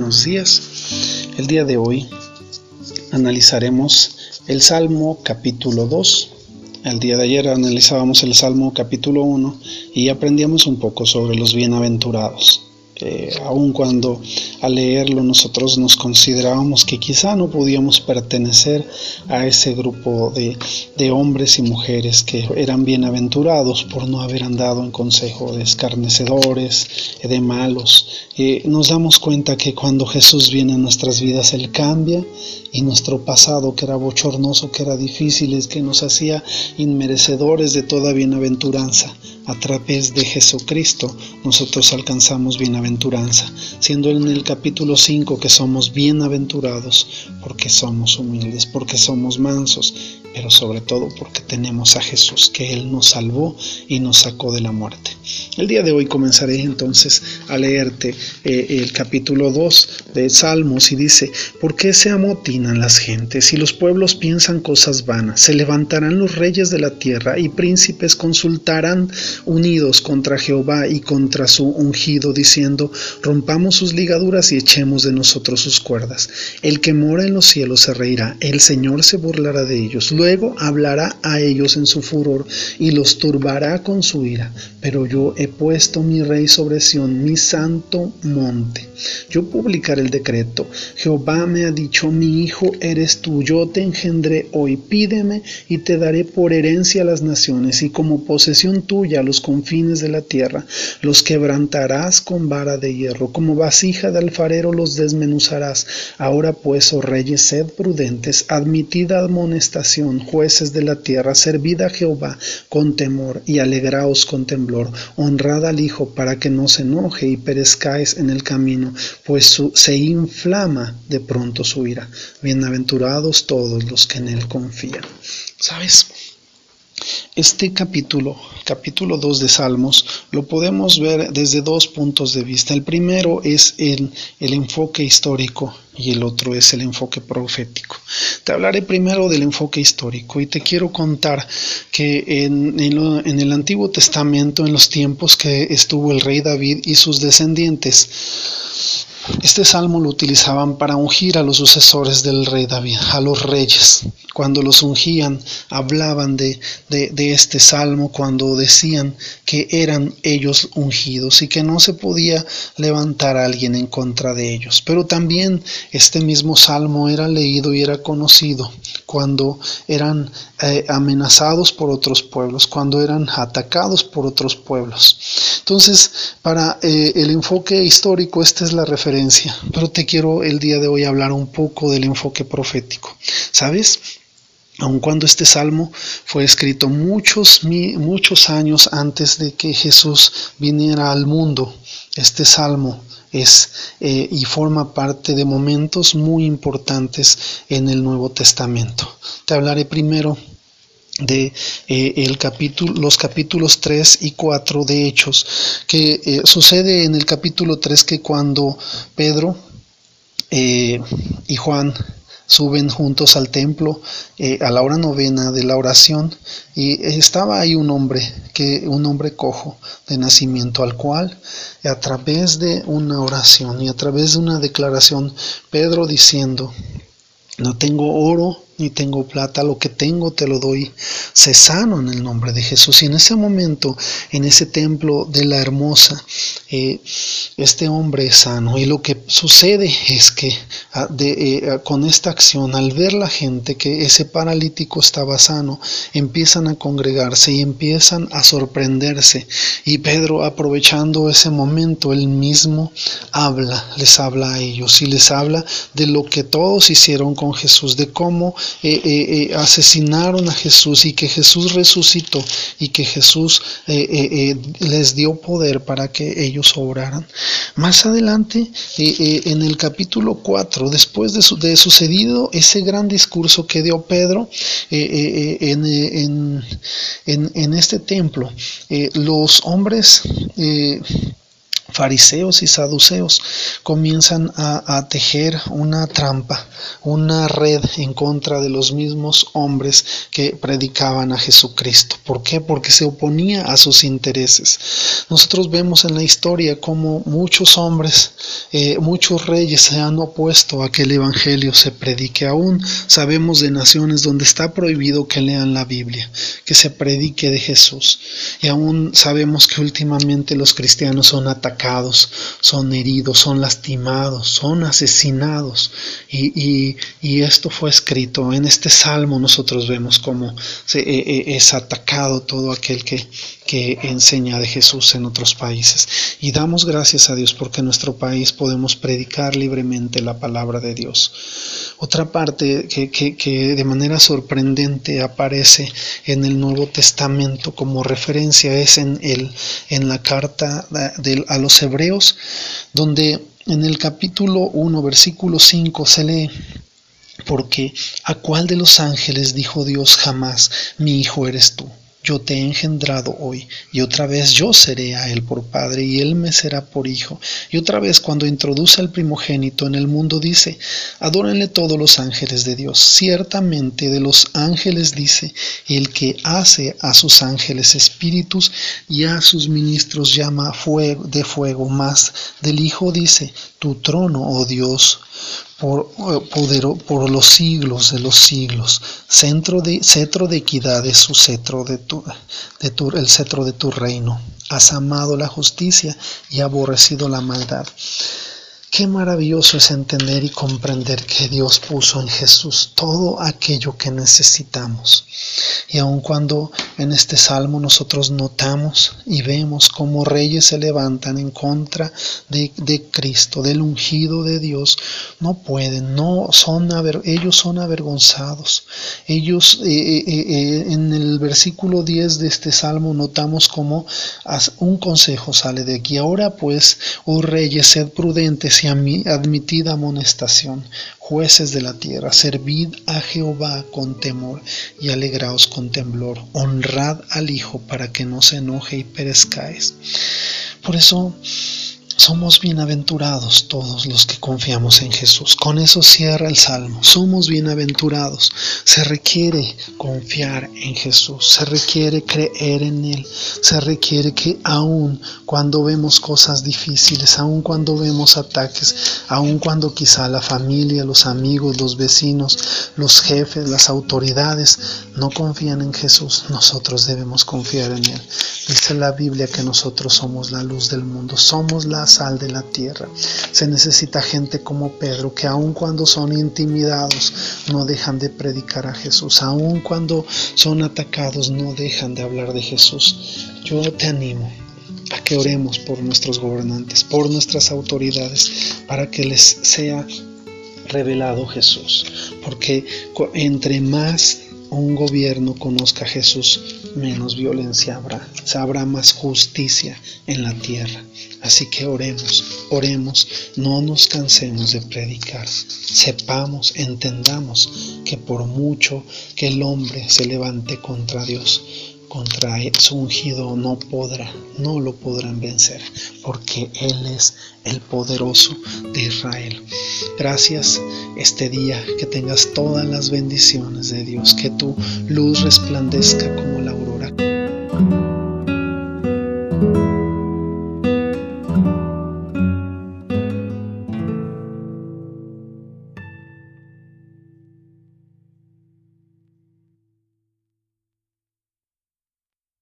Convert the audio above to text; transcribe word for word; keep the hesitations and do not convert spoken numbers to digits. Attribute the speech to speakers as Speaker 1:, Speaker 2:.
Speaker 1: buenos días. El día de hoy analizaremos el Salmo capítulo dos. El día de ayer analizábamos el Salmo capítulo uno y aprendíamos un poco sobre los bienaventurados. Que aun cuando al leerlo nosotros nos considerábamos que quizá no podíamos pertenecer a ese grupo de, de hombres y mujeres que eran bienaventurados por no haber andado en consejo de escarnecedores, de malos, eh, nos damos cuenta que cuando Jesús viene a nuestras vidas, Él cambia y nuestro pasado, que era bochornoso, que era difícil, que nos hacía inmerecedores de toda bienaventuranza, a través de Jesucristo nosotros alcanzamos bienaventuranza, siendo en el capítulo cinco que somos bienaventurados porque somos humildes, porque somos mansos, pero sobre todo porque tenemos a Jesús, que Él nos salvó y nos sacó de la muerte. El día de hoy comenzaré entonces a leerte eh, el capítulo dos de Salmos y dice: ¿por qué se amotinan las gentes y los pueblos piensan cosas vanas? Se levantarán los reyes de la tierra y príncipes consultarán unidos contra Jehová y contra su ungido, diciendo: rompamos sus ligaduras y echemos de nosotros sus cuerdas. El que mora en los cielos se reirá, el Señor se burlará de ellos. Luego hablará a ellos en su furor y los turbará con su ira. Pero yo he puesto mi rey sobre Sión, mi santo monte. Yo publicaré el decreto. Jehová me ha dicho: mi hijo eres tú, yo te engendré hoy. Pídeme y te daré por herencia a las naciones y como posesión tuya los confines de la tierra. Los quebrantarás con vara de hierro, como vasija de alfarero los desmenuzarás. Ahora pues, oh reyes, sed prudentes, admitid amonestación, jueces de la tierra, servid a Jehová con temor y alegraos con temblor. Honrad al Hijo para que no se enoje y perezcáis en el camino, pues su, se inflama de pronto su ira. Bienaventurados todos los que en Él confían. ¿Sabes? Este capítulo, capítulo dos de Salmos, lo podemos ver desde dos puntos de vista. El primero es el, el enfoque histórico y el otro es el enfoque profético. Te hablaré primero del enfoque histórico y te quiero contar que en, en, lo, en el Antiguo Testamento, en los tiempos que estuvo el rey David y sus descendientes, este salmo lo utilizaban para ungir a los sucesores del rey David, a los reyes. Cuando los ungían, hablaban de, de, de este salmo, cuando decían que eran ellos ungidos y que no se podía levantar a alguien en contra de ellos. Pero también este mismo salmo era leído y era conocido cuando eran eh, amenazados por otros pueblos, cuando eran atacados por otros pueblos. Entonces, para eh, el enfoque histórico, esta es la referencia, pero te quiero el día de hoy hablar un poco del enfoque profético. ¿Sabes? Aun cuando este salmo fue escrito muchos, muchos años antes de que Jesús viniera al mundo, este salmo es eh, y forma parte de momentos muy importantes en el Nuevo Testamento. Te hablaré primero de eh, el capítulo, los capítulos tres y cuatro de Hechos, que eh, sucede en el capítulo tres que cuando Pedro eh, y Juan suben juntos al templo eh, a la hora novena de la oración, y estaba ahí un hombre, que, un hombre cojo de nacimiento, al cual a través de una oración y a través de una declaración, Pedro diciendo: no tengo oro ni tengo plata, lo que tengo te lo doy, sé sano en el nombre de Jesús. Y en ese momento, en ese templo de la Hermosa, eh, este hombre es sano. Y lo que sucede es que de, eh, con esta acción, al ver la gente que ese paralítico estaba sano, empiezan a congregarse y empiezan a sorprenderse. Y Pedro, aprovechando ese momento, él mismo habla, les habla a ellos y les habla de lo que todos hicieron con Jesús, de cómo Eh, eh, eh, asesinaron a Jesús y que Jesús resucitó y que Jesús eh, eh, eh, les dio poder para que ellos obraran. Más adelante, eh, eh, en el capítulo cuatro, después de, su, de sucedido ese gran discurso que dio Pedro eh, eh, en, en, en, en este templo, eh, los hombres eh, fariseos y saduceos comienzan a, a tejer una trampa, una red en contra de los mismos hombres que predicaban a Jesucristo. ¿Por qué? Porque se oponía a sus intereses. Nosotros vemos en la historia cómo muchos hombres, eh, muchos reyes se han opuesto a que el evangelio se predique. Aún sabemos de naciones donde está prohibido que lean la Biblia, que se predique de Jesús. Y aún sabemos que últimamente los cristianos son atacados, son heridos, son lastimados, son asesinados. Y, y, y esto fue escrito en este salmo. Nosotros vemos cómo se, eh, es atacado todo aquel que, que enseña de Jesús en otros países. Y damos gracias a Dios porque en nuestro país podemos predicar libremente la palabra de Dios. Otra parte que, que, que de manera sorprendente aparece en el Nuevo Testamento como referencia es en, el, en la carta de, a los Hebreos, donde en el capítulo uno, versículo cinco se lee: porque ¿a cuál de los ángeles dijo Dios jamás, mi hijo eres tú? Yo te he engendrado hoy, y otra vez yo seré a él por padre, y él me será por hijo. Y otra vez cuando introduce al primogénito en el mundo dice: adórenle todos los ángeles de Dios. Ciertamente de los ángeles dice: el que hace a sus ángeles espíritus y a sus ministros llama fuego, de fuego. Más del Hijo dice: tu trono, oh Dios, Por, por, por los siglos de los siglos. Centro de, cetro de equidad es su cetro de tu, de tu, el cetro de tu reino. Has amado la justicia y aborrecido la maldad. Qué maravilloso es entender y comprender que Dios puso en Jesús todo aquello que necesitamos. Y aun cuando en este salmo nosotros notamos y vemos cómo reyes se levantan en contra de, de Cristo, del ungido de Dios, no pueden, no son aver, ellos son avergonzados. Ellos, eh, eh, eh, en el versículo diez de este salmo notamos cómo un consejo sale de aquí. Ahora pues, oh reyes, sed prudentes y admitid amonestación. Jueces de la tierra, servid a Jehová con temor y alegraos con temblor. Honrad al Hijo para que no se enoje y perezcáis. Por eso somos bienaventurados todos los que confiamos en Jesús. Con eso cierra el Salmo. Somos bienaventurados. Se requiere confiar en Jesús. Se requiere creer en Él. Se requiere que aun cuando vemos cosas difíciles, aun cuando vemos ataques, aun cuando quizá la familia, los amigos, los vecinos, los jefes, las autoridades no confían en Jesús, nosotros debemos confiar en Él. Dice la Biblia que nosotros somos la luz del mundo. Somos la sal de la tierra. Se necesita gente como Pedro que aun cuando son intimidados no dejan de predicar a Jesús, aun cuando son atacados no dejan de hablar de Jesús. Yo te animo a que oremos por nuestros gobernantes, por nuestras autoridades, para que les sea revelado Jesús, porque entre más un gobierno conozca a Jesús, menos violencia habrá, habrá más justicia en la tierra. Así que oremos, oremos, no nos cansemos de predicar. Sepamos, entendamos que por mucho que el hombre se levante contra Dios, contra su ungido, no podrá, no lo podrán vencer, porque Él es el poderoso de Israel. Gracias este día, que tengas todas las bendiciones de Dios, que tu luz resplandezca como